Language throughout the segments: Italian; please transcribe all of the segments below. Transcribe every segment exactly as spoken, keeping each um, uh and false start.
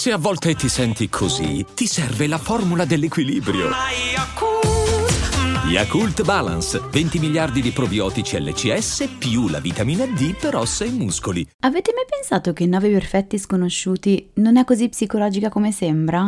Se a volte ti senti così, ti serve la formula dell'equilibrio. Yakult Balance, venti miliardi di probiotici L C S più la vitamina D per ossa e muscoli. Avete mai pensato che Nove perfetti sconosciuti non è così psicologica come sembra?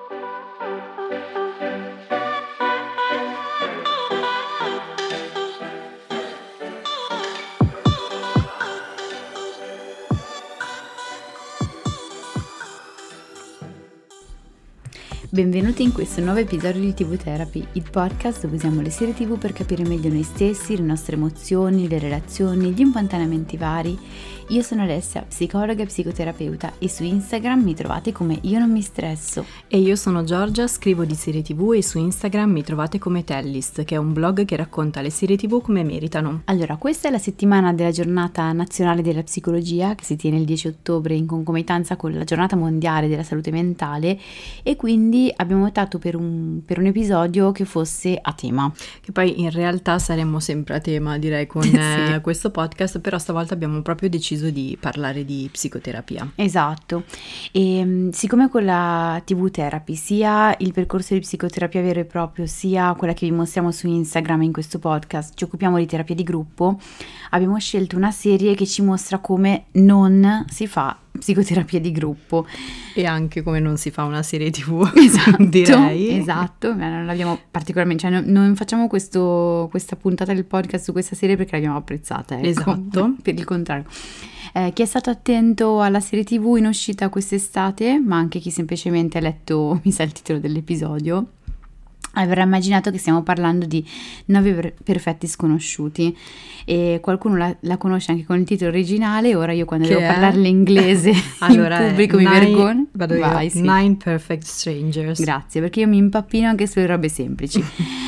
Benvenuti in questo nuovo episodio di T V Therapy, il podcast dove usiamo le serie T V per capire meglio noi stessi, le nostre emozioni, le relazioni, gli impantanamenti vari. Io sono Alessia, psicologa e psicoterapeuta, e su Instagram mi trovate come Io non mi stresso. E io sono Giorgia, scrivo di serie T V e su Instagram mi trovate come Tellist, che è un blog che racconta le serie T V come meritano. Allora, questa è la settimana della giornata nazionale della psicologia, che si tiene il dieci ottobre in concomitanza con la giornata mondiale della salute mentale, e quindi abbiamo optato per un, per un episodio che fosse a tema. Che poi in realtà saremmo sempre a tema, direi, con Sì. eh, questo podcast, però stavolta abbiamo proprio deciso di parlare di psicoterapia. Esatto, e mh, siccome con la T V Therapy sia il percorso di psicoterapia vero e proprio sia quella che vi mostriamo su Instagram in questo podcast ci occupiamo di terapia di gruppo, abbiamo scelto una serie che ci mostra come non si fa psicoterapia di gruppo E anche come non si fa una serie T V, esatto, direi. esatto, ma non l'abbiamo particolarmente, cioè non, non facciamo questo, questa puntata del podcast su questa serie perché l'abbiamo apprezzata, ecco. Esatto. Per il contrario. Eh, chi è stato attento alla serie T V in uscita quest'estate, ma anche chi semplicemente ha letto, mi sa il titolo dell'episodio, avrà immaginato che stiamo parlando di Nove per- perfetti sconosciuti, e qualcuno la, la conosce anche con il titolo originale. Ora io quando Che devo è? parlarle inglese Allora, in pubblico mi nine- vergogno. Vado io. Vai, sì. Nine Perfect Strangers. Grazie, perché io mi impappino anche sulle robe semplici.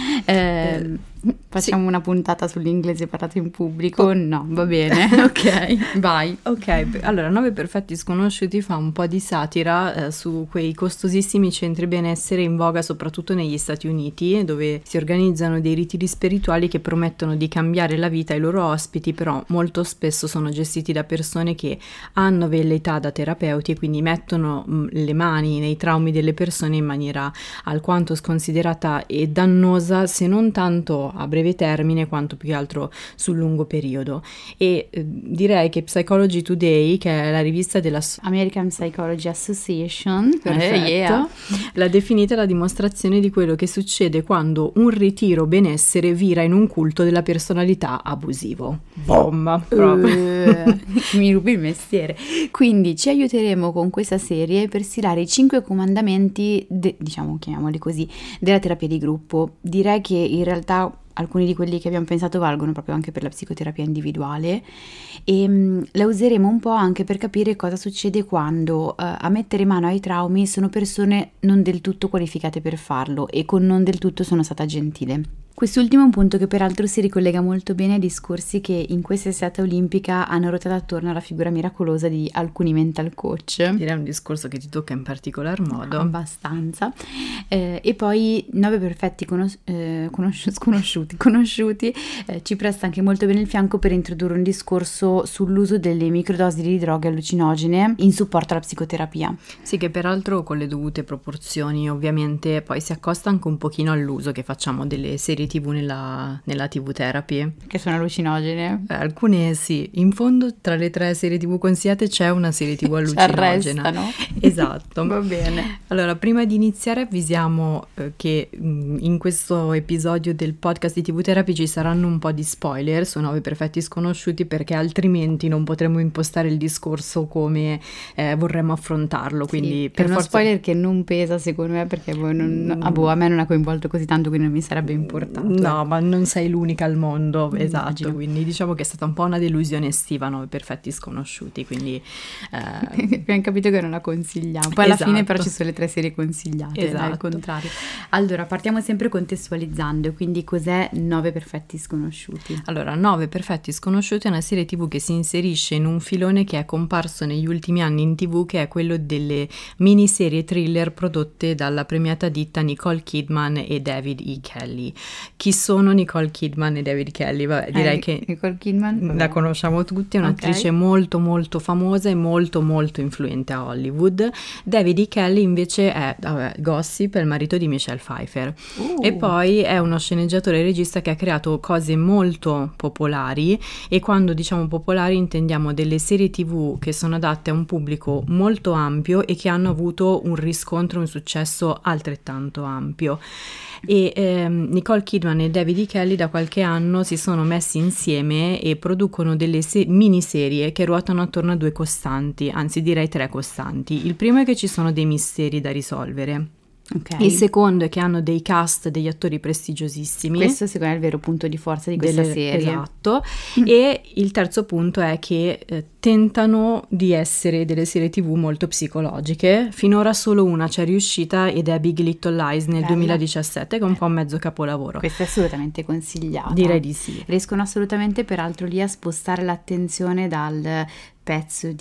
Eh, facciamo una puntata sull'inglese parlato in pubblico? Oh. No, va bene. Ok, vai. Ok, allora Nove perfetti sconosciuti fa un po' di satira eh, su quei costosissimi centri benessere in voga soprattutto negli Stati Uniti, dove si organizzano dei ritiri spirituali che promettono di cambiare la vita ai loro ospiti, però molto spesso sono gestiti da persone che hanno velleità da terapeuti e quindi mettono mh, le mani nei traumi delle persone in maniera alquanto sconsiderata e dannosa, se non tanto a breve termine quanto più che altro sul lungo periodo. E eh, direi che Psychology Today, che è la rivista della American Psychology Association, Perfetto, eh, yeah. l'ha definita la dimostrazione di quello che succede quando un ritiro benessere vira in un culto della personalità abusivo. Bomba, proprio. Eh, mi rubi il mestiere. Quindi ci aiuteremo con questa serie per stilare i cinque comandamenti, de- diciamo, chiamiamoli così, della terapia di gruppo. Direi che in realtà alcuni di quelli che abbiamo pensato valgono proprio anche per la psicoterapia individuale, e mh, la useremo un po' anche per capire cosa succede quando uh, a mettere mano ai traumi sono persone non del tutto qualificate per farlo, e con non del tutto sono stata gentile. Quest'ultimo è un punto che peraltro si ricollega molto bene ai discorsi che in questa estate olimpica hanno ruotato attorno alla figura miracolosa di alcuni mental coach. Direi un discorso che ti tocca in particolar modo. Abbastanza. Eh, e poi Nove perfetti conos- eh, conosci- sconosciuti, conosciuti eh, ci presta anche molto bene il fianco per introdurre un discorso sull'uso delle microdosi di droghe allucinogene in supporto alla psicoterapia. Sì, che peraltro con le dovute proporzioni ovviamente poi si accosta anche un pochino all'uso che facciamo delle serie T V nella, nella T V Therapy. Che sono allucinogene. Eh, alcune sì, in fondo tra le tre serie T V consigliate c'è una serie T V allucinogena. Ci arrestano. Esatto. Va bene. Allora, prima di iniziare avvisiamo eh, che mh, in questo episodio del podcast di T V Therapy ci saranno un po' di spoiler su Nove perfetti sconosciuti, perché altrimenti non potremo impostare il discorso come eh, vorremmo affrontarlo. Quindi Sì, per è uno forza... spoiler che non pesa secondo me, perché voi non, ah, boh, a me non ha coinvolto così tanto, quindi non mi sarebbe importato. No, ma non sei l'unica al mondo, Mm, esatto, immagino. quindi diciamo che è stata un po' una delusione estiva Nove perfetti sconosciuti, quindi eh, Abbiamo capito che non la consigliamo. Poi alla Esatto. fine però ci sono le tre serie consigliate, Esatto. al contrario. Allora, partiamo sempre contestualizzando, quindi cos'è Nove perfetti sconosciuti? Allora, Nove perfetti sconosciuti è una serie T V che si inserisce in un filone che è comparso negli ultimi anni in T V, che è quello delle miniserie thriller prodotte dalla premiata ditta Nicole Kidman e David E. Kelly. Chi sono Nicole Kidman e David Kelly? Vabbè, direi eh, che Nicole Kidman, vabbè. La conosciamo tutti, è un'attrice okay. molto molto famosa e molto molto influente a Hollywood. David E. Kelly invece è vabbè, Gossip, è il marito di Michelle Pfeiffer. Uh. E poi è uno sceneggiatore e regista che ha creato cose molto popolari, e quando diciamo popolari intendiamo delle serie tv che sono adatte a un pubblico molto ampio e che hanno avuto un riscontro, un successo altrettanto ampio. E ehm, Nicole Kidman e David E. Kelly da qualche anno si sono messi insieme e producono delle se- miniserie che ruotano attorno a due costanti, anzi direi tre costanti. Il primo è che ci sono dei misteri da risolvere. Okay. Il secondo è che hanno dei cast, degli attori prestigiosissimi. Questo secondo me è il vero punto di forza di questa delle, serie. Esatto. E il terzo punto è che eh, tentano di essere delle serie tv molto psicologiche. Finora solo una c'è riuscita ed è Big Little Lies nel Bella. duemiladiciassette, che è un po' un mezzo capolavoro. Questa è assolutamente consigliata. Direi di sì. Riescono assolutamente peraltro lì a spostare l'attenzione dal pezzo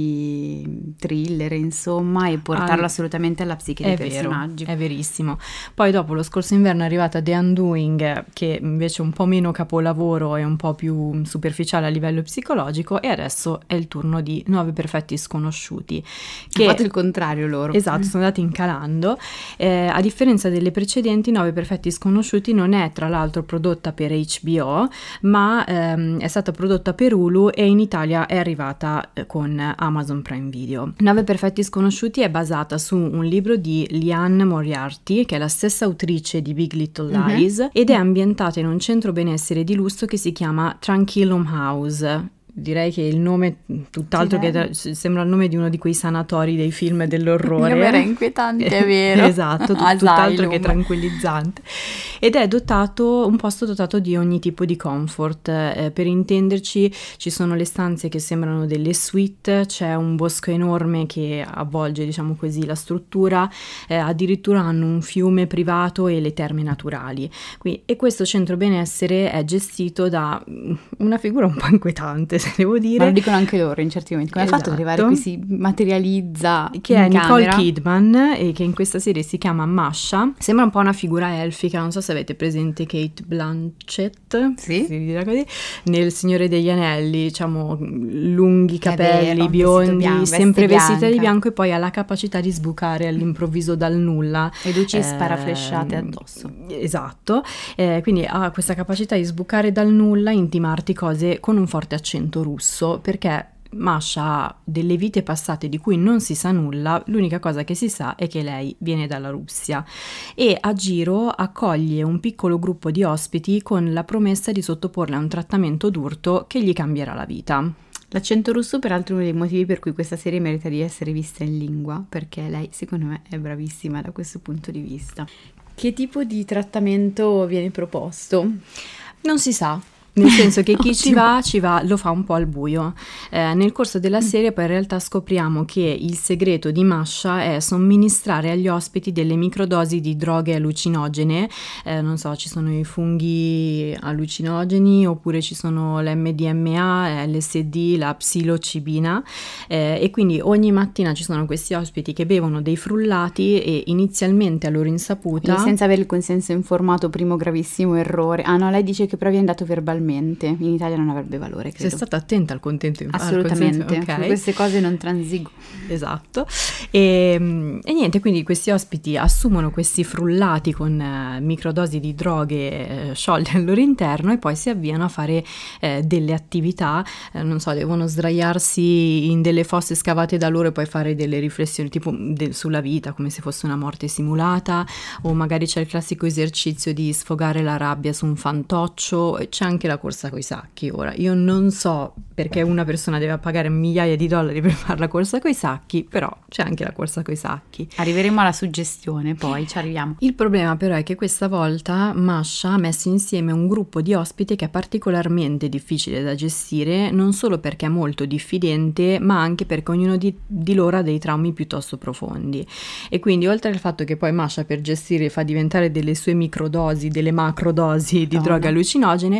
di thriller, insomma, e portarlo Al... assolutamente alla psiche dei è vero, personaggi. È verissimo. Poi dopo lo scorso inverno è arrivata The Undoing, che invece è un po' meno capolavoro e un po' più superficiale a livello psicologico, e adesso è il turno di Nove Perfetti Sconosciuti. Che... Ha fatto il contrario loro. Esatto, sono andati incalando. Eh, a differenza delle precedenti, Nove Perfetti Sconosciuti non è tra l'altro prodotta per H B O, ma ehm, è stata prodotta per Hulu e in Italia è arrivata con Amazon Prime Video. Nove Perfetti Sconosciuti è basata su un libro di Liane Moriarty, che è la stessa autrice di Big Little Lies, mm-hmm. ed è ambientata in un centro benessere di lusso che si chiama Tranquillum House. Direi che il nome tutt'altro sì, che t- sembra il nome di uno di quei sanatori dei film dell'orrore. Il nome era inquietante, è vero. Esatto, t- tutt'altro che tranquillizzante. Ed è dotato, un posto dotato di ogni tipo di comfort. Eh, per intenderci, ci sono le stanze che sembrano delle suite, c'è un bosco enorme che avvolge, diciamo così, la struttura, eh, addirittura hanno un fiume privato e le terme naturali. Qui, e questo centro benessere è gestito da una figura un po' inquietante, se devo dire. Ma lo dicono anche loro in certi momenti. Come esatto. ha fatto ad arrivare qui, si materializza che in è Nicole camera. Kidman, e che in questa serie si chiama Masha. Sembra un po' una figura elfica, non so se avete presente Kate Blanchett, sì, si dirà così, nel Signore degli Anelli, diciamo lunghi capelli, vero, biondi, bianco, sempre vestita bianca. di bianco, e poi ha la capacità di sbucare all'improvviso dal nulla ed ucci eh, sparaflesciate addosso. Esatto, eh, quindi ha questa capacità di sbucare dal nulla, intimarti cose con un forte accento russo, perché Masha ha delle vite passate di cui non si sa nulla. L'unica cosa che si sa è che lei viene dalla Russia e a giro accoglie un piccolo gruppo di ospiti con la promessa di sottoporle a un trattamento d'urto che gli cambierà la vita. L'accento russo peraltro è uno dei motivi per cui questa serie merita di essere vista in lingua, perché lei secondo me è bravissima da questo punto di vista. Che tipo di trattamento viene proposto? Non si sa. Nel senso che chi ci va, ci va, lo fa un po' al buio. Eh, nel corso della serie poi in realtà scopriamo che il segreto di Masha è somministrare agli ospiti delle microdosi di droghe allucinogene, eh, non so, ci sono i funghi allucinogeni, oppure ci sono l'M D M A, L S D, la psilocibina, eh, e quindi ogni mattina ci sono questi ospiti che bevono dei frullati e inizialmente a loro insaputa... E senza avere il consenso informato, primo gravissimo errore. Ah no, lei dice che però vi è andato verbalmente. In Italia non avrebbe valore, credo. Sei stata attenta al contento. Assolutamente, al okay. Queste cose non transigo. Esatto. E, e niente, quindi questi ospiti assumono questi frullati con eh, microdosi di droghe eh, sciolte al loro interno, e poi si avviano a fare eh, delle attività, eh, non so, devono sdraiarsi in delle fosse scavate da loro e poi fare delle riflessioni tipo del, sulla vita, come se fosse una morte simulata, o magari c'è il classico esercizio di sfogare la rabbia su un fantoccio, e c'è anche la corsa coi sacchi. Ora, io non so perché una persona deve pagare migliaia di dollari per fare la corsa coi sacchi, però c'è anche la corsa coi sacchi. Arriveremo alla suggestione, poi ci arriviamo. Il problema però è che questa volta Masha ha messo insieme un gruppo di ospiti che è particolarmente difficile da gestire, non solo perché è molto diffidente, ma anche perché ognuno di, di loro ha dei traumi piuttosto profondi. E quindi, oltre al fatto che poi Masha per gestire fa diventare delle sue microdosi, delle macrodosi di oh, droghe no. allucinogene,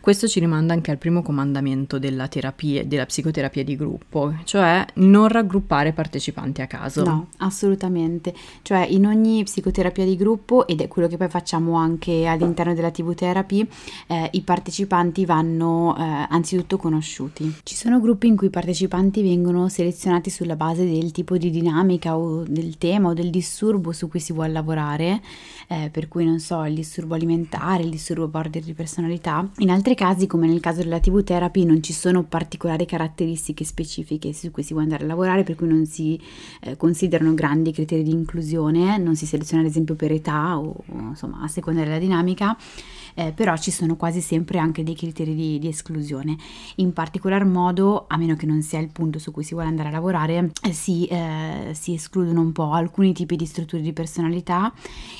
Questo ci rimanda anche al primo comandamento della terapia, della psicoterapia di gruppo, cioè non raggruppare partecipanti a caso. No, assolutamente. Cioè in ogni psicoterapia di gruppo, ed è quello che poi facciamo anche all'interno della T V Therapy, eh, i partecipanti vanno eh, anzitutto conosciuti. Ci sono gruppi in cui i partecipanti vengono selezionati sulla base del tipo di dinamica o del tema o del disturbo su cui si vuole lavorare, eh, per cui non so, il disturbo alimentare, il disturbo border di personalità. In altri casi, come nel caso della T V Therapy, non ci sono particolari caratteristiche specifiche su cui si vuole andare a lavorare, per cui non si eh, considerano grandi criteri di inclusione, non si seleziona ad esempio per età o insomma a seconda della dinamica. Eh, però ci sono quasi sempre anche dei criteri di, di esclusione. In particolar modo, a meno che non sia il punto su cui si vuole andare a lavorare, eh, si, eh, si escludono un po' alcuni tipi di strutture di personalità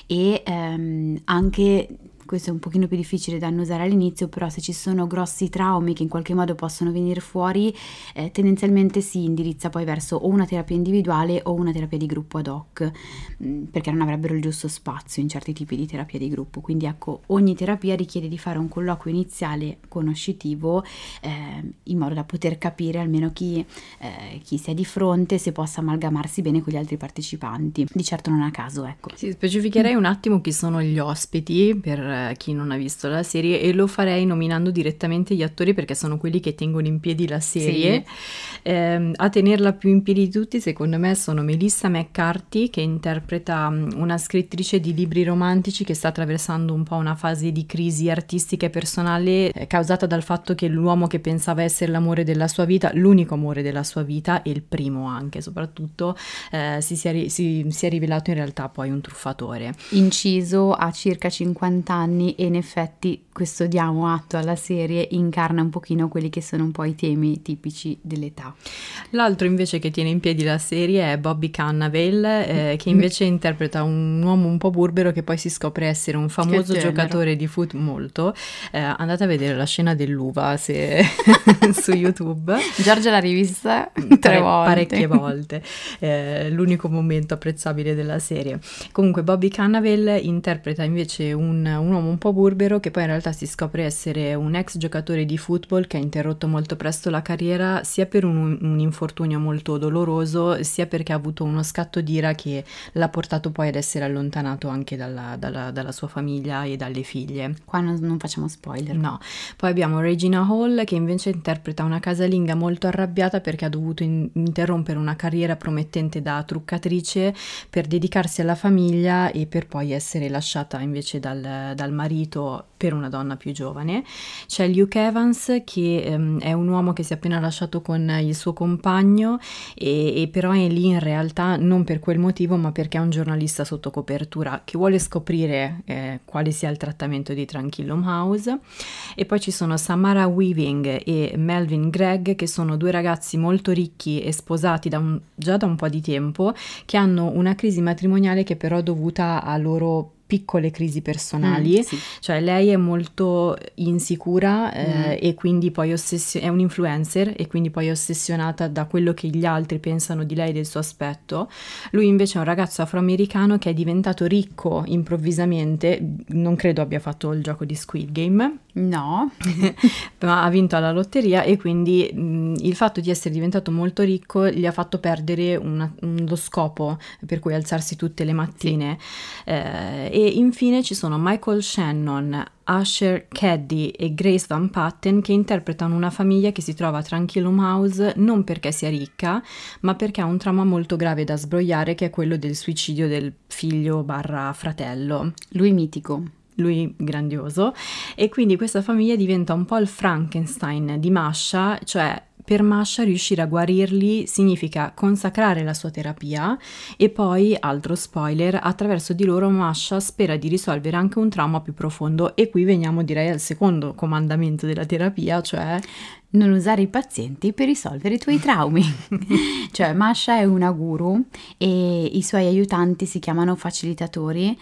e ehm, anche... Questo è un pochino più difficile da annusare all'inizio, però se ci sono grossi traumi che in qualche modo possono venire fuori, eh, tendenzialmente si indirizza poi verso o una terapia individuale o una terapia di gruppo ad hoc, mh, perché non avrebbero il giusto spazio in certi tipi di terapia di gruppo. Quindi ecco, ogni terapia richiede di fare un colloquio iniziale conoscitivo, eh, in modo da poter capire almeno chi, eh, chi si è di fronte, se possa amalgamarsi bene con gli altri partecipanti. Di certo non a caso, ecco. Sì, specificherei un attimo chi sono gli ospiti per chi non ha visto la serie, e lo farei nominando direttamente gli attori, perché sono quelli che tengono in piedi la serie. Sì. Eh, a tenerla più in piedi di tutti secondo me sono Melissa McCarthy, che interpreta una scrittrice di libri romantici che sta attraversando un po' una fase di crisi artistica e personale eh, causata dal fatto che l'uomo che pensava essere l'amore della sua vita, l'unico amore della sua vita e il primo anche soprattutto, eh, si, sia ri- si, si è rivelato in realtà poi un truffatore. Inciso a circa cinquanta anni, e in effetti questo diamo atto alla serie incarna un pochino quelli che sono un po' i temi tipici dell'età. L'altro invece che tiene in piedi la serie è Bobby Cannavale, eh, che invece interpreta un uomo un po' burbero che poi si scopre essere un famoso giocatore di foot molto. Eh, andate a vedere la scena dell'uva se su YouTube. Giorgia l'ha rivista tre Pare- volte. Parecchie volte. Eh, l'unico momento apprezzabile della serie. Comunque Bobby Cannavale interpreta invece un, un uomo un po' burbero che poi in realtà si scopre essere un ex giocatore di football che ha interrotto molto presto la carriera, sia per un, un infortunio molto doloroso, sia perché ha avuto uno scatto d'ira che l'ha portato poi ad essere allontanato anche dalla, dalla, dalla sua famiglia e dalle figlie. Qua non, non facciamo spoiler. No. Poi abbiamo Regina Hall, che invece interpreta una casalinga molto arrabbiata perché ha dovuto in- interrompere una carriera promettente da truccatrice per dedicarsi alla famiglia e per poi essere lasciata invece dal, dal marito per una donna più giovane. C'è Luke Evans, che ehm, è un uomo che si è appena lasciato con il suo compagno e, e però è lì in realtà non per quel motivo, ma perché è un giornalista sotto copertura che vuole scoprire eh, quale sia il trattamento di Tranquillum House. E poi ci sono Samara Weaving e Melvin Gregg, che sono due ragazzi molto ricchi e sposati da un, già da un po' di tempo, che hanno una crisi matrimoniale che però è dovuta a loro piccole crisi personali, mm, sì. Cioè lei è molto insicura eh, mm. e quindi poi ossessi- è un influencer e quindi poi è ossessionata da quello che gli altri pensano di lei e del suo aspetto. Lui invece è un ragazzo afroamericano che è diventato ricco improvvisamente, non credo abbia fatto il gioco di Squid Game, no, ma ha vinto alla lotteria e quindi mh, il fatto di essere diventato molto ricco gli ha fatto perdere una, un, lo scopo per cui alzarsi tutte le mattine. Sì. Eh, E infine ci sono Michael Shannon, Usher Caddy e Grace Van Patten, che interpretano una famiglia che si trova a Tranquillum House non perché sia ricca, ma perché ha un trauma molto grave da sbrogliare, che è quello del suicidio del figlio barra fratello. Lui mitico. Lui grandioso. E quindi questa famiglia diventa un po' il Frankenstein di Masha, cioè per Masha riuscire a guarirli significa consacrare la sua terapia e poi, altro spoiler, attraverso di loro Masha spera di risolvere anche un trauma più profondo. E qui veniamo direi al secondo comandamento della terapia, cioè non usare i pazienti per risolvere i tuoi traumi. Cioè Masha è una guru e i suoi aiutanti si chiamano facilitatori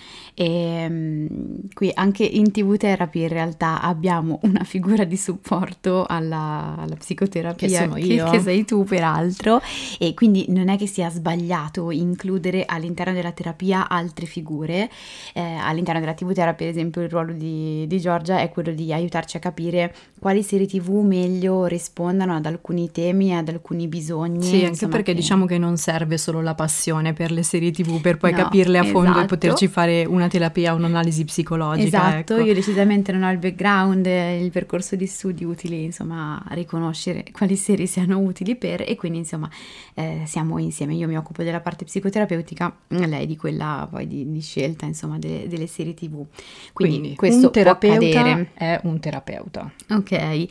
e um, qui anche in T V Therapy in realtà abbiamo una figura di supporto alla, alla psicoterapia che sono io, che, che sei tu peraltro, e quindi non è che sia sbagliato includere all'interno della terapia altre figure. Eh, all'interno della T V Therapy ad esempio il ruolo di, di Giorgia è quello di aiutarci a capire quali serie T V meglio rispondano ad alcuni temi, ad alcuni bisogni. Sì, anche insomma, perché che... diciamo che non serve solo la passione per le serie T V per poi no, capirle a fondo esatto. e poterci fare una terapia, un'analisi psicologica. Esatto, ecco. Io decisamente non ho il background, il percorso di studi utili, insomma, a riconoscere quali serie siano utili per, e quindi insomma eh, siamo insieme. Io mi occupo della parte psicoterapeutica, lei di quella poi di, di scelta, insomma, delle, delle serie T V. Quindi, Quindi questo un terapeuta può accadere. È un terapeuta. Ok,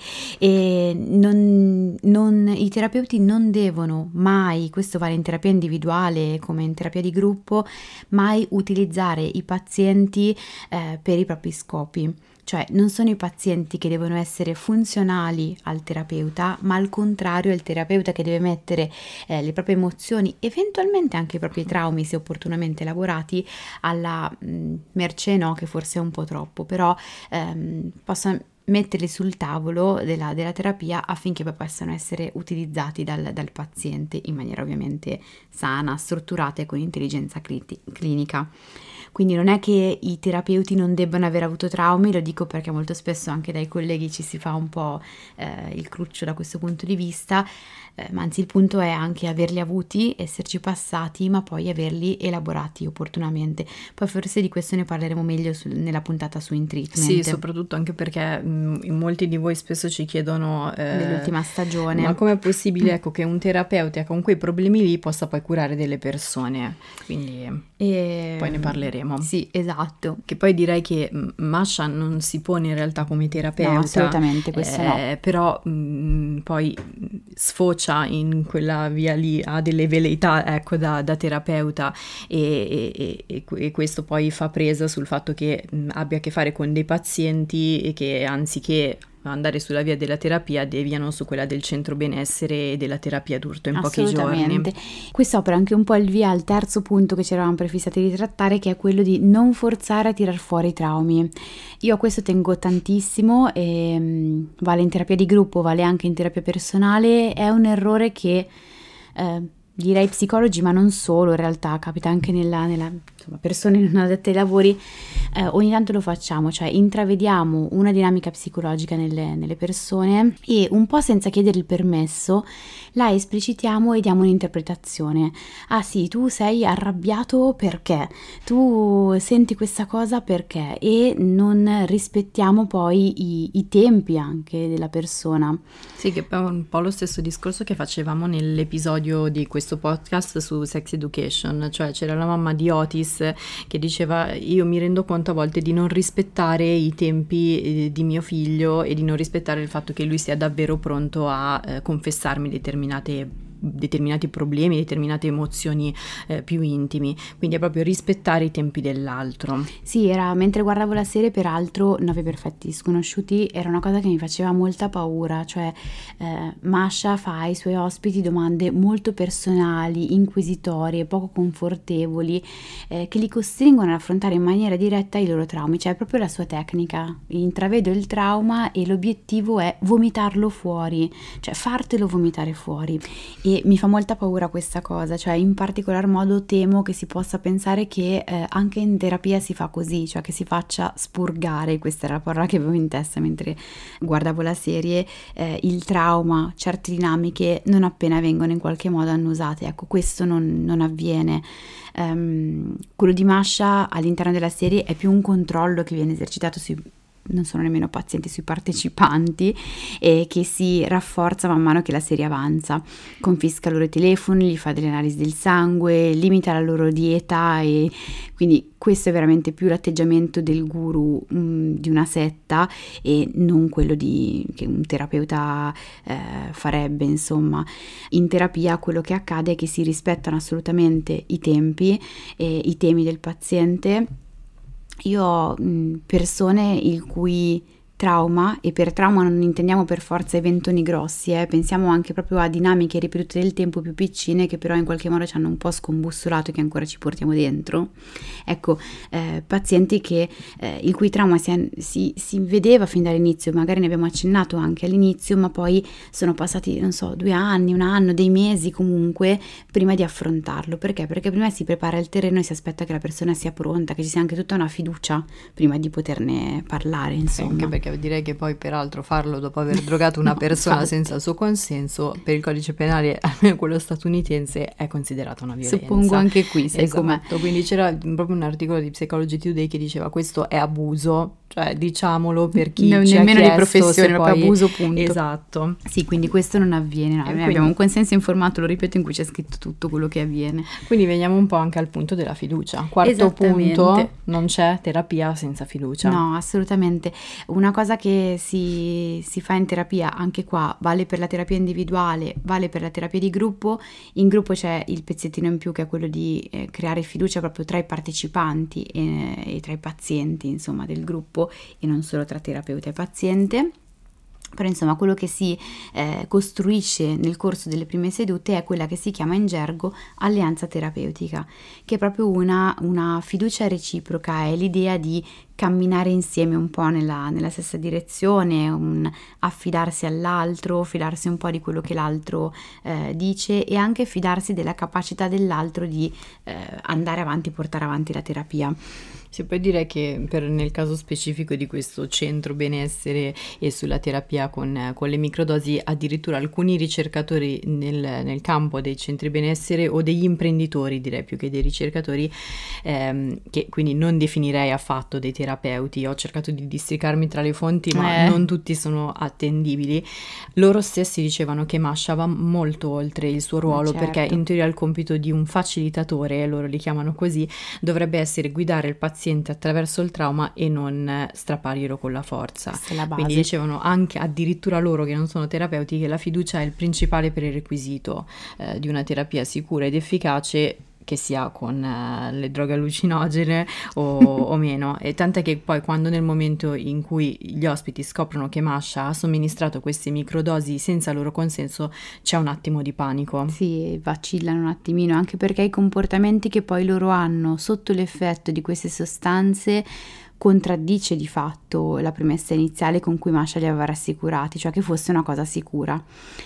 e non, non, i terapeuti non devono mai, questo vale in terapia individuale come in terapia di gruppo, mai utilizzare i pazienti eh, per i propri scopi. Cioè non sono i pazienti che devono essere funzionali al terapeuta, ma al contrario è il terapeuta che deve mettere eh, le proprie emozioni, eventualmente anche i propri traumi se opportunamente lavorati, alla mh, mercé, no, che forse è un po' troppo, però ehm, possa metterli sul tavolo della, della terapia affinché poi possano essere utilizzati dal, dal paziente in maniera ovviamente sana, strutturata e con intelligenza criti- clinica. Quindi non è che i terapeuti non debbano aver avuto traumi, lo dico perché molto spesso anche dai colleghi ci si fa un po' eh, il cruccio da questo punto di vista, eh, ma anzi il punto è anche averli avuti, esserci passati, ma poi averli elaborati opportunamente. Poi forse di questo ne parleremo meglio su, nella puntata su In Treatment. Sì, soprattutto anche perché mh, in molti di voi spesso ci chiedono eh, nell'ultima stagione ma com'è possibile ecco, che un terapeuta con quei problemi lì possa poi curare delle persone, quindi e... poi ne parleremo. Sì, esatto. Che poi direi che Masha non si pone in realtà come terapeuta. No, assolutamente, questo eh, no. Però mh, poi sfocia in quella via lì, ha delle veleità ecco da, da terapeuta e, e, e, e questo poi fa presa sul fatto che mh, abbia a che fare con dei pazienti e che anziché andare sulla via della terapia deviano su quella del centro benessere e della terapia d'urto in pochi giorni. Questo apre anche un po' il via al terzo punto che ci eravamo prefissati di trattare, che è quello di non forzare a tirar fuori i traumi. Io a questo tengo tantissimo e mh, vale in terapia di gruppo, vale anche in terapia personale. È un errore che eh, direi psicologi, ma non solo, in realtà capita anche nella, nella insomma, persone non adatte ai lavori, eh, ogni tanto lo facciamo, cioè intravediamo una dinamica psicologica nelle, nelle persone e un po' senza chiedere il permesso la esplicitiamo e diamo un'interpretazione. Ah sì, tu sei arrabbiato perché? Tu senti questa cosa perché? E non rispettiamo poi i, i tempi anche della persona. Sì, che è un po' lo stesso discorso che facevamo nell'episodio di questo podcast su Sex Education, cioè c'era la mamma di Otis che diceva io mi rendo conto a volte di non rispettare i tempi di mio figlio e di non rispettare il fatto che lui sia davvero pronto a eh, confessarmi determinate determinati problemi, determinate emozioni eh, più intimi, quindi è proprio rispettare i tempi dell'altro. Sì, era mentre guardavo la serie, peraltro Nove perfetti sconosciuti era una cosa che mi faceva molta paura, cioè eh, Masha fa ai suoi ospiti domande molto personali, inquisitorie, poco confortevoli, eh, che li costringono ad affrontare in maniera diretta i loro traumi, cioè è proprio la sua tecnica. Intravedo il trauma e l'obiettivo è vomitarlo fuori, cioè fartelo vomitare fuori. E mi fa molta paura questa cosa, cioè in particolar modo temo che si possa pensare che eh, anche in terapia si fa così, cioè che si faccia spurgare, questa era la parola che avevo in testa mentre guardavo la serie, eh, il trauma, certe dinamiche non appena vengono in qualche modo annusate. Ecco, questo non, non avviene. Um, quello di Masha all'interno della serie è più un controllo che viene esercitato sui non sono nemmeno pazienti, sui partecipanti, e che si rafforza man mano che la serie avanza. Confisca i loro telefoni, gli fa delle analisi del sangue, limita la loro dieta, e quindi questo è veramente più l'atteggiamento del guru mh, di una setta e non quello di, che un terapeuta eh, farebbe. Insomma, in terapia quello che accade è che si rispettano assolutamente i tempi e i temi del paziente. Io ho persone il cui trauma, e per trauma non intendiamo per forza eventoni grossi, eh, pensiamo anche proprio a dinamiche ripetute nel tempo più piccine che però in qualche modo ci hanno un po' scombussolato e che ancora ci portiamo dentro. Ecco, eh, pazienti che, eh, il cui trauma si, si, si vedeva fin dall'inizio, magari ne abbiamo accennato anche all'inizio, ma poi sono passati, non so, due anni, un anno, dei mesi comunque prima di affrontarlo. Perché? Perché prima si prepara il terreno e si aspetta che la persona sia pronta, che ci sia anche tutta una fiducia prima di poterne parlare, insomma. Anche perché direi che poi peraltro farlo dopo aver drogato una No, persona infatti. senza il suo consenso, per il codice penale, almeno quello statunitense, è considerata una violenza. Suppongo anche qui, sai com'è. Esatto, quindi c'era proprio un articolo di Psychology Today che diceva questo è abuso, cioè diciamolo per chi No, ci ha nemmeno di chiesto professione, se proprio poi... abuso, punto. Esatto. Sì, quindi questo non avviene, no? E Noi quindi- abbiamo un consenso informato, lo ripeto, in cui c'è scritto tutto quello che avviene. Quindi veniamo un po' anche al punto della fiducia. Quarto Esattamente. punto, non c'è terapia senza fiducia. No, assolutamente. Una cosa che si, si fa in terapia, anche qua, vale per la terapia individuale, vale per la terapia di gruppo. In gruppo c'è il pezzettino in più che è quello di eh, creare fiducia proprio tra i partecipanti e, e tra i pazienti, insomma, del gruppo, e non solo tra terapeuta e paziente. Però insomma quello che si eh, costruisce nel corso delle prime sedute è quella che si chiama in gergo alleanza terapeutica, che è proprio una, una fiducia reciproca, è l'idea di camminare insieme un po' nella, nella stessa direzione, un affidarsi all'altro, fidarsi un po' di quello che l'altro eh, dice, e anche fidarsi della capacità dell'altro di eh, andare avanti, portare avanti la terapia. Si può dire che per, nel caso specifico di questo centro benessere e sulla terapia con, con le microdosi, addirittura alcuni ricercatori nel, nel campo dei centri benessere, o degli imprenditori, direi più che dei ricercatori, ehm, che quindi non definirei affatto dei terapeuti, ho cercato di districarmi tra le fonti ma Eh. non tutti sono attendibili, loro stessi dicevano che Masha va molto oltre il suo ruolo, certo. perché in teoria il compito di un facilitatore, loro li chiamano così, dovrebbe essere guidare il paziente attraverso il trauma e non strapparglielo con la forza. Questa è la base. Quindi dicevano anche addirittura loro, che non sono terapeuti, che la fiducia è il principale prerequisito eh, di una terapia sicura ed efficace, che sia con uh, le droghe allucinogene o, o meno, e tant'è che poi quando nel momento in cui gli ospiti scoprono che Masha ha somministrato queste microdosi senza loro consenso, c'è un attimo di panico. Sì, vacillano un attimino, anche perché i comportamenti che poi loro hanno sotto l'effetto di queste sostanze contraddice di fatto la premessa iniziale con cui Masha li aveva rassicurati, cioè che fosse una cosa sicura.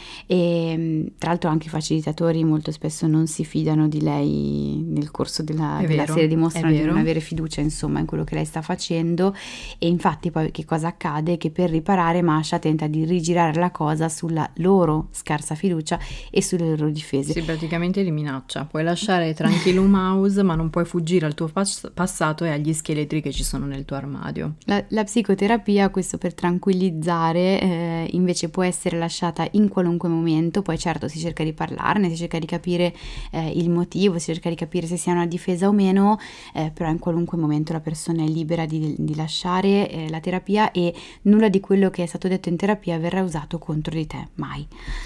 E tra l'altro anche i facilitatori molto spesso non si fidano di lei nel corso della, È della vero, serie, dimostrano è di vero. non avere fiducia insomma in quello che lei sta facendo, e infatti poi che cosa accade? Che per riparare Masha tenta di rigirare la cosa sulla loro scarsa fiducia e sulle loro difese. Sì, praticamente li minaccia. Puoi lasciare tranquillo un mouse, ma non puoi fuggire al tuo pas- passato e agli scheletri che ci sono nel tuo armadio. La, la psicoterapia, questo per tranquillizzare, eh, invece può essere lasciata in qualunque momento, poi certo si cerca di parlarne, si cerca di capire eh, il motivo, si cerca di capire se sia una difesa o meno, eh, però in qualunque momento la persona è libera di, di lasciare eh, la terapia, e nulla di quello che è stato detto in terapia verrà usato contro di te, mai.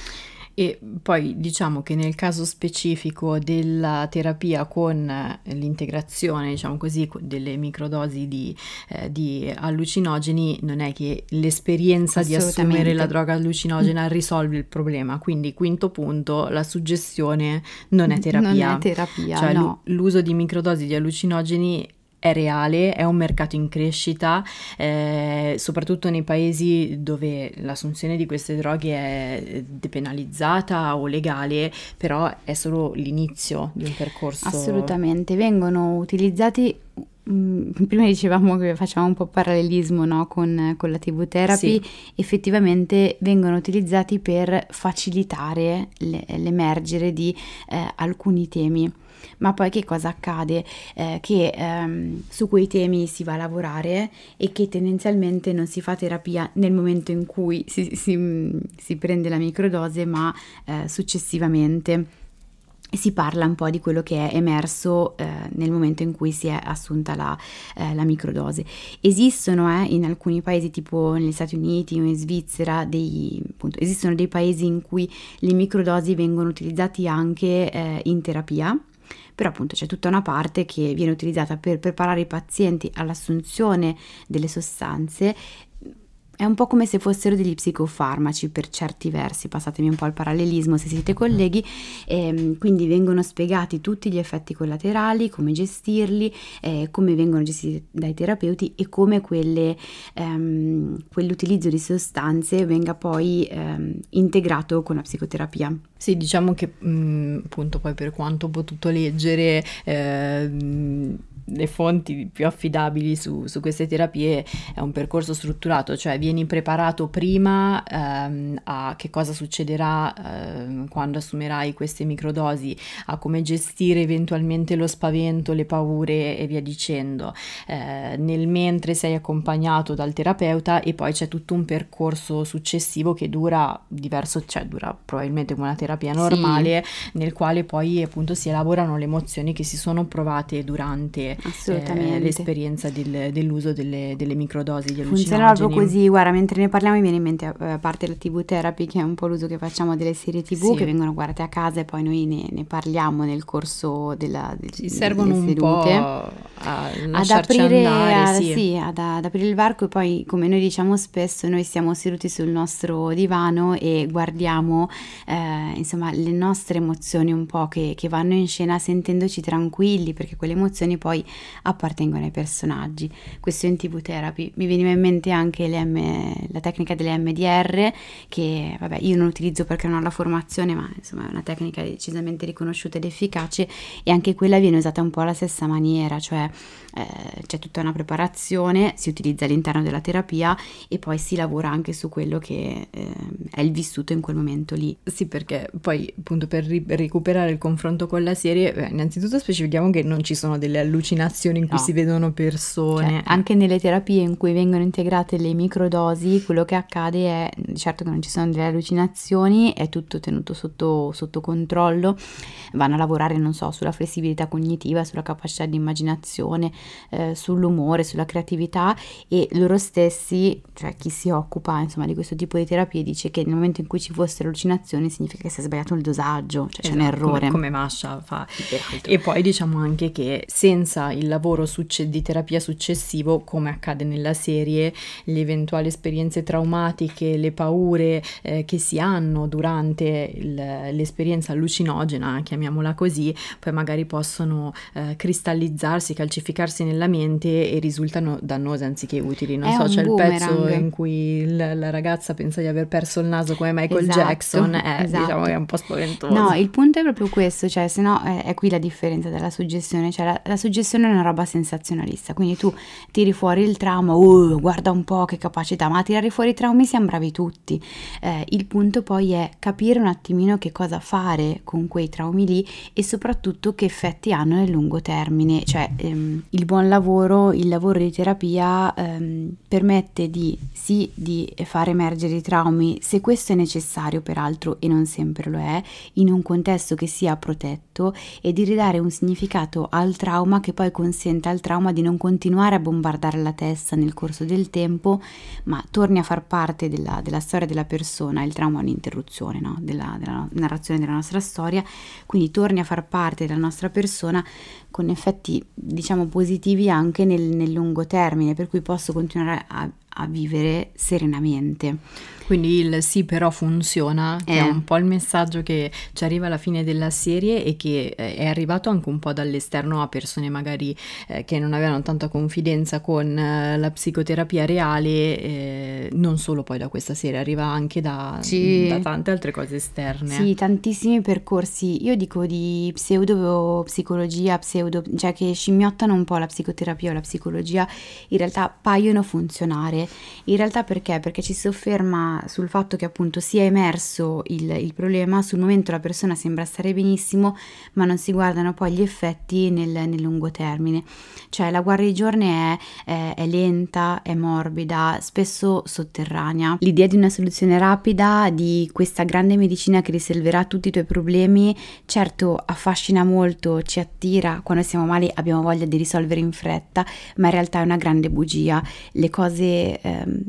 E poi diciamo che nel caso specifico della terapia con l'integrazione, diciamo così, delle microdosi di, eh, di allucinogeni, non è che l'esperienza di assumere la droga allucinogena risolve il problema. Quindi quinto punto, la suggestione non è terapia. Non è terapia, cioè no. l'uso di microdosi di allucinogeni è reale, è un mercato in crescita, eh, soprattutto nei paesi dove l'assunzione di queste droghe è depenalizzata o legale, però è solo l'inizio di un percorso. Assolutamente, vengono utilizzati. Prima dicevamo che facciamo un po' parallelismo, no, con, con la T V therapy, Sì. Effettivamente vengono utilizzati per facilitare le, l'emergere di eh, alcuni temi. Ma poi che cosa accade? Eh, che ehm, su quei temi si va a lavorare, e che tendenzialmente non si fa terapia nel momento in cui si, si, si prende la microdose, ma eh, successivamente. E si parla un po' di quello che è emerso eh, nel momento in cui si è assunta la, eh, la microdose. Esistono eh, in alcuni paesi, tipo negli Stati Uniti o in Svizzera, dei, appunto, esistono dei paesi in cui le microdosi vengono utilizzati anche eh, in terapia, però appunto c'è tutta una parte che viene utilizzata per preparare i pazienti all'assunzione delle sostanze, È un po' come se fossero degli psicofarmaci per certi versi, passatemi un po' il parallelismo se siete colleghi, ehm, quindi vengono spiegati tutti gli effetti collaterali, come gestirli, eh, come vengono gestiti dai terapeuti e come quelle, ehm, quell'utilizzo di sostanze venga poi ehm, integrato con la psicoterapia. Sì, diciamo che mh, appunto poi per quanto ho potuto leggere ehm, le fonti più affidabili su, su queste terapie è un percorso strutturato, cioè vieni preparato prima ehm, a che cosa succederà ehm, quando assumerai queste microdosi, a come gestire eventualmente lo spavento, le paure e via dicendo. Eh, nel mentre sei accompagnato dal terapeuta e poi c'è tutto un percorso successivo che dura diverso, cioè dura probabilmente come una terapia normale, sì, nel quale poi appunto si elaborano le emozioni che si sono provate durante assolutamente eh, l'esperienza del, dell'uso delle, delle microdosi di allucinogeni. Funziona proprio così, guarda, mentre ne parliamo mi viene in mente, a parte la tivù therapy, che è un po' l'uso che facciamo delle serie tivù, sì, che vengono guardate a casa e poi noi ne, ne parliamo nel corso della del, ci servono un po' a ad aprire, andare, a, sì. Sì, ad, ad aprire il varco, e poi come noi diciamo spesso noi siamo seduti sul nostro divano e guardiamo eh, insomma le nostre emozioni un po' che, che vanno in scena, sentendoci tranquilli, perché quelle emozioni poi appartengono ai personaggi. Questo in tivù therapy. Mi veniva in mente anche le M, la tecnica delle M D R, che vabbè io non utilizzo perché non ho la formazione, ma insomma è una tecnica decisamente riconosciuta ed efficace, e anche quella viene usata un po' alla stessa maniera, cioè eh, c'è tutta una preparazione, si utilizza all'interno della terapia e poi si lavora anche su quello che eh, è il vissuto in quel momento lì. Sì, perché poi appunto per ri- recuperare il confronto con la serie, beh, innanzitutto specifichiamo che non ci sono delle allucinazioni in cui no, si vedono persone. Cioè, anche nelle terapie in cui vengono integrate le microdosi, quello che accade è, certo che non ci sono delle allucinazioni, è tutto tenuto sotto, sotto controllo, vanno a lavorare, non so, sulla flessibilità cognitiva, sulla capacità di immaginazione, eh, sull'umore, sulla creatività, e loro stessi, cioè chi si occupa insomma di questo tipo di terapie, dice che nel momento in cui ci fossero allucinazioni significa che si è sbagliato il dosaggio, cioè esatto, c'è un errore. Come, come Masha fa. E poi diciamo anche che senza il lavoro succe- di terapia successivo, come accade nella serie, le eventuali esperienze traumatiche, le paure eh, che si hanno durante il, l'esperienza allucinogena, chiamiamola così, poi magari possono eh, cristallizzarsi, calcificarsi nella mente e risultano dannose anziché utili. Non è so, c'è boomerang. Il pezzo in cui la, la ragazza pensa di aver perso il naso come Michael esatto, Jackson, è, esatto. diciamo che è un po' spaventoso. No, il punto è proprio questo, cioè se no è, è qui la differenza della suggestione, cioè la, la suggestione è una roba sensazionalista, quindi tu tiri fuori il trauma, oh, guarda un po' che capacità, ma a tirare fuori i traumi siamo bravi tutti. Eh, il punto poi è capire un attimino che cosa fare con quei traumi lì e soprattutto che effetti hanno nel lungo termine, cioè ehm, il buon lavoro, il lavoro di terapia ehm, permette di sì di far emergere i traumi, se questo è necessario peraltro, e non sempre lo è, in un contesto che sia protetto, e di ridare un significato al trauma che poi consenta al trauma di non continuare a bombardare la testa nel corso del tempo, ma torni a far parte della, della storia della persona. Il trauma è un'interruzione, no? della, della narrazione della nostra storia, quindi torni a far parte della nostra persona con effetti diciamo positivi anche nel, nel lungo termine, per cui posso continuare a, a vivere serenamente. Quindi il sì però funziona, che eh. è un po' il messaggio che ci arriva alla fine della serie e che è arrivato anche un po' dall'esterno a persone magari eh, che non avevano tanta confidenza con eh, la psicoterapia reale, eh, non solo poi da questa serie, arriva anche da, sì. da tante altre cose esterne. Sì, tantissimi percorsi, io dico di pseudo psicologia, pseudo, cioè che scimmiottano un po' la psicoterapia o la psicologia, in realtà paiono funzionare. In realtà perché? Perché ci sofferma sul fatto che appunto sia emerso il, il problema, sul momento la persona sembra stare benissimo, ma non si guardano poi gli effetti nel, nel lungo termine. Cioè la guarigione è, è, è lenta, è morbida, spesso sotterranea. L'idea di una soluzione rapida, di questa grande medicina che risolverà tutti i tuoi problemi, certo affascina molto, ci attira, quando siamo male abbiamo voglia di risolvere in fretta, ma in realtà è una grande bugia. Le cose ehm,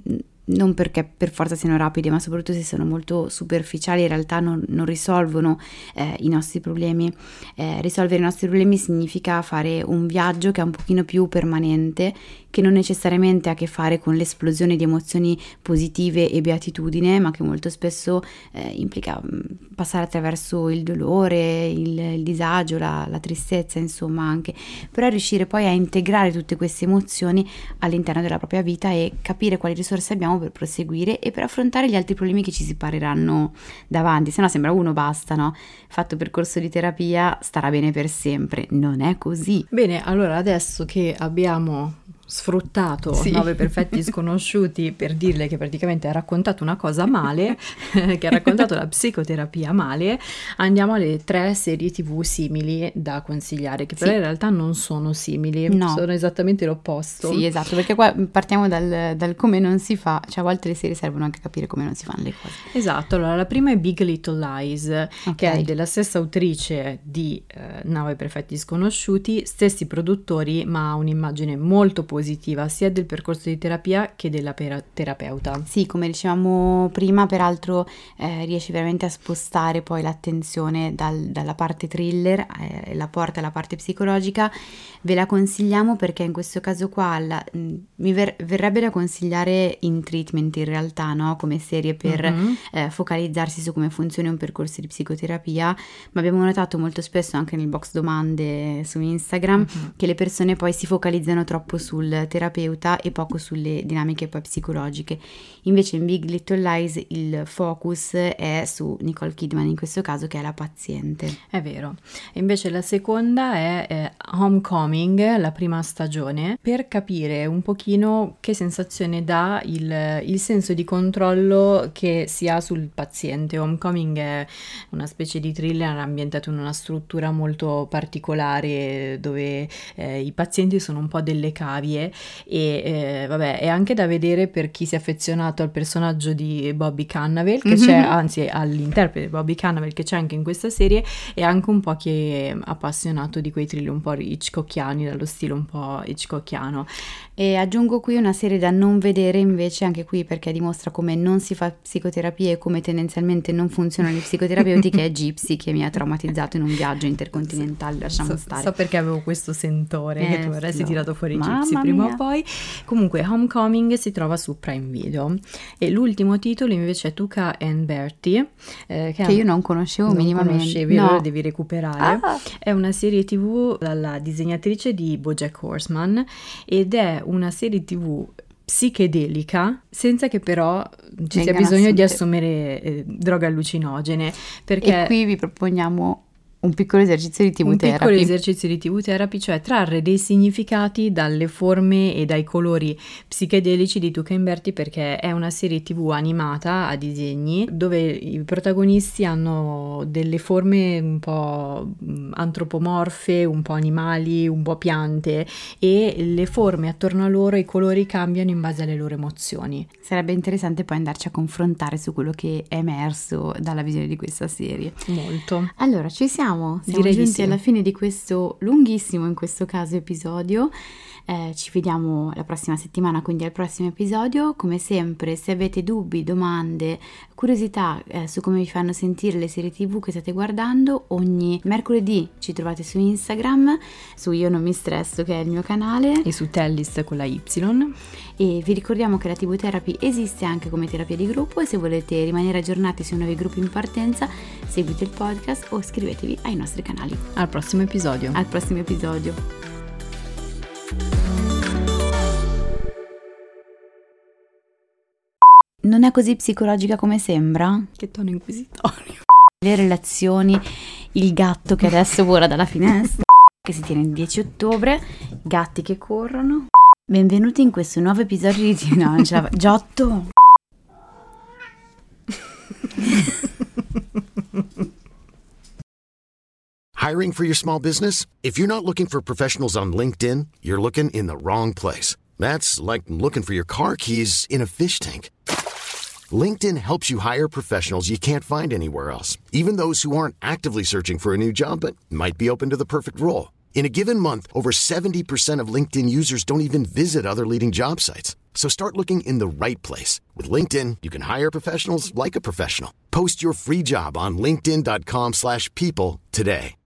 non perché per forza siano rapide, ma soprattutto se sono molto superficiali, in realtà non, non risolvono eh, i nostri problemi. Eh, risolvere i nostri problemi significa fare un viaggio che è un pochino più permanente, che non necessariamente ha a che fare con l'esplosione di emozioni positive e beatitudine, ma che molto spesso eh, implica mh, passare attraverso il dolore, il, il disagio, la, la tristezza, insomma, anche, però riuscire poi a integrare tutte queste emozioni all'interno della propria vita e capire quali risorse abbiamo per proseguire e per affrontare gli altri problemi che ci si pareranno davanti. Se no sembra uno basta, no? Fatto percorso di terapia starà bene per sempre. Non è così. Bene, allora adesso che abbiamo sfruttato sì. Nove perfetti sconosciuti per dirle che praticamente ha raccontato una cosa male, che ha raccontato la psicoterapia male, andiamo alle tre serie tv simili da consigliare, che però sì. in realtà non sono simili, no. sono esattamente l'opposto. Sì, esatto, perché qua partiamo dal, dal come non si fa, cioè a volte le serie servono anche a capire come non si fanno le cose. Esatto, allora la prima è Big Little Lies, okay. che è della stessa autrice di eh, Nove perfetti sconosciuti, stessi produttori, ma ha un'immagine molto positiva sia del percorso di terapia che della pera- terapeuta. Sì, come dicevamo prima, peraltro eh, riesce veramente a spostare poi l'attenzione dal, dalla parte thriller e eh, la porta alla parte psicologica. Ve la consigliamo perché in questo caso qua la, mh, mi ver- verrebbe da consigliare In Treatment in realtà, no? Come serie per mm-hmm. eh, focalizzarsi su come funziona un percorso di psicoterapia, ma abbiamo notato molto spesso anche nel box domande su Instagram mm-hmm. che le persone poi si focalizzano troppo sul terapeuta e poco sulle dinamiche poi psicologiche. Invece in Big Little Lies il focus è su Nicole Kidman in questo caso, che è la paziente. È vero. E invece la seconda è eh, Homecoming, la prima stagione, per capire un pochino che sensazione dà il, il senso di controllo che si ha sul paziente. Homecoming è una specie di thriller ambientato in una struttura molto particolare dove eh, i pazienti sono un po' delle cavie e eh, vabbè, è anche da vedere per chi si è affezionato al personaggio di Bobby Cannavale che mm-hmm. c'è, anzi all'interprete Bobby Cannavale che c'è anche in questa serie, e anche un po' chi è appassionato di quei thriller un po' hitchcockiani, dallo stile un po' hitchcockiano. E aggiungo qui una serie da non vedere invece anche qui, perché dimostra come non si fa psicoterapia e come tendenzialmente non funzionano le psicoterapeuti, che è Gypsy, che mi ha traumatizzato in un viaggio intercontinentale, lasciamo so, stare. So perché avevo questo sentore eh, che tu avresti no. tirato fuori Gypsy Mamma prima mia. o poi. Comunque Homecoming si trova su Prime Video e l'ultimo titolo invece è Tuca and Bertie, eh, che, che io non conoscevo non minimamente. Conoscevi, no. allora devi recuperare. Ah. È una serie tv dalla disegnatrice di BoJack Horseman ed è una serie tv psichedelica senza che però ci Venga sia bisogno assente. di assumere eh, droghe allucinogene, perché e qui vi proponiamo un piccolo esercizio di T V un therapy. piccolo esercizio di T V therapy, cioè trarre dei significati dalle forme e dai colori psichedelici di Tuca and Bertie, perché è una serie T V animata a disegni dove i protagonisti hanno delle forme un po' antropomorfe, un po' animali, un po' piante, e le forme attorno a loro, i colori cambiano in base alle loro emozioni. Sarebbe interessante poi andarci a confrontare su quello che è emerso dalla visione di questa serie. Molto. Allora, ci siamo. Siamo Direi giunti di sì. alla fine di questo lunghissimo, in questo caso, episodio. Eh, ci vediamo la prossima settimana, quindi al prossimo episodio. Come sempre, se avete dubbi, domande, curiosità eh, su come vi fanno sentire le serie tv che state guardando, ogni mercoledì ci trovate su Instagram, su Io Non Mi Stresso, che è il mio canale, e su Tellis con la Y. E vi ricordiamo che la T V Therapy esiste anche come terapia di gruppo, e se volete rimanere aggiornati sui nuovi gruppi in partenza, seguite il podcast o iscrivetevi ai nostri canali. Al prossimo episodio. Al prossimo episodio. Non è così psicologica come sembra? Che tono inquisitorio. Le relazioni, il gatto che adesso vola dalla finestra, che si tiene il dieci ottobre, gatti che corrono. Benvenuti in questo nuovo episodio di... No, non ce la... Giotto! Hiring for your small business? If you're not looking for professionals on LinkedIn, you're looking in the wrong place. That's like looking for your car keys in a fish tank. LinkedIn helps you hire professionals you can't find anywhere else, even those who aren't actively searching for a new job but might be open to the perfect role. In a given month, over seventy percent of LinkedIn users don't even visit other leading job sites. So start looking in the right place. With LinkedIn, you can hire professionals like a professional. Post your free job on linkedin dot com slash people today.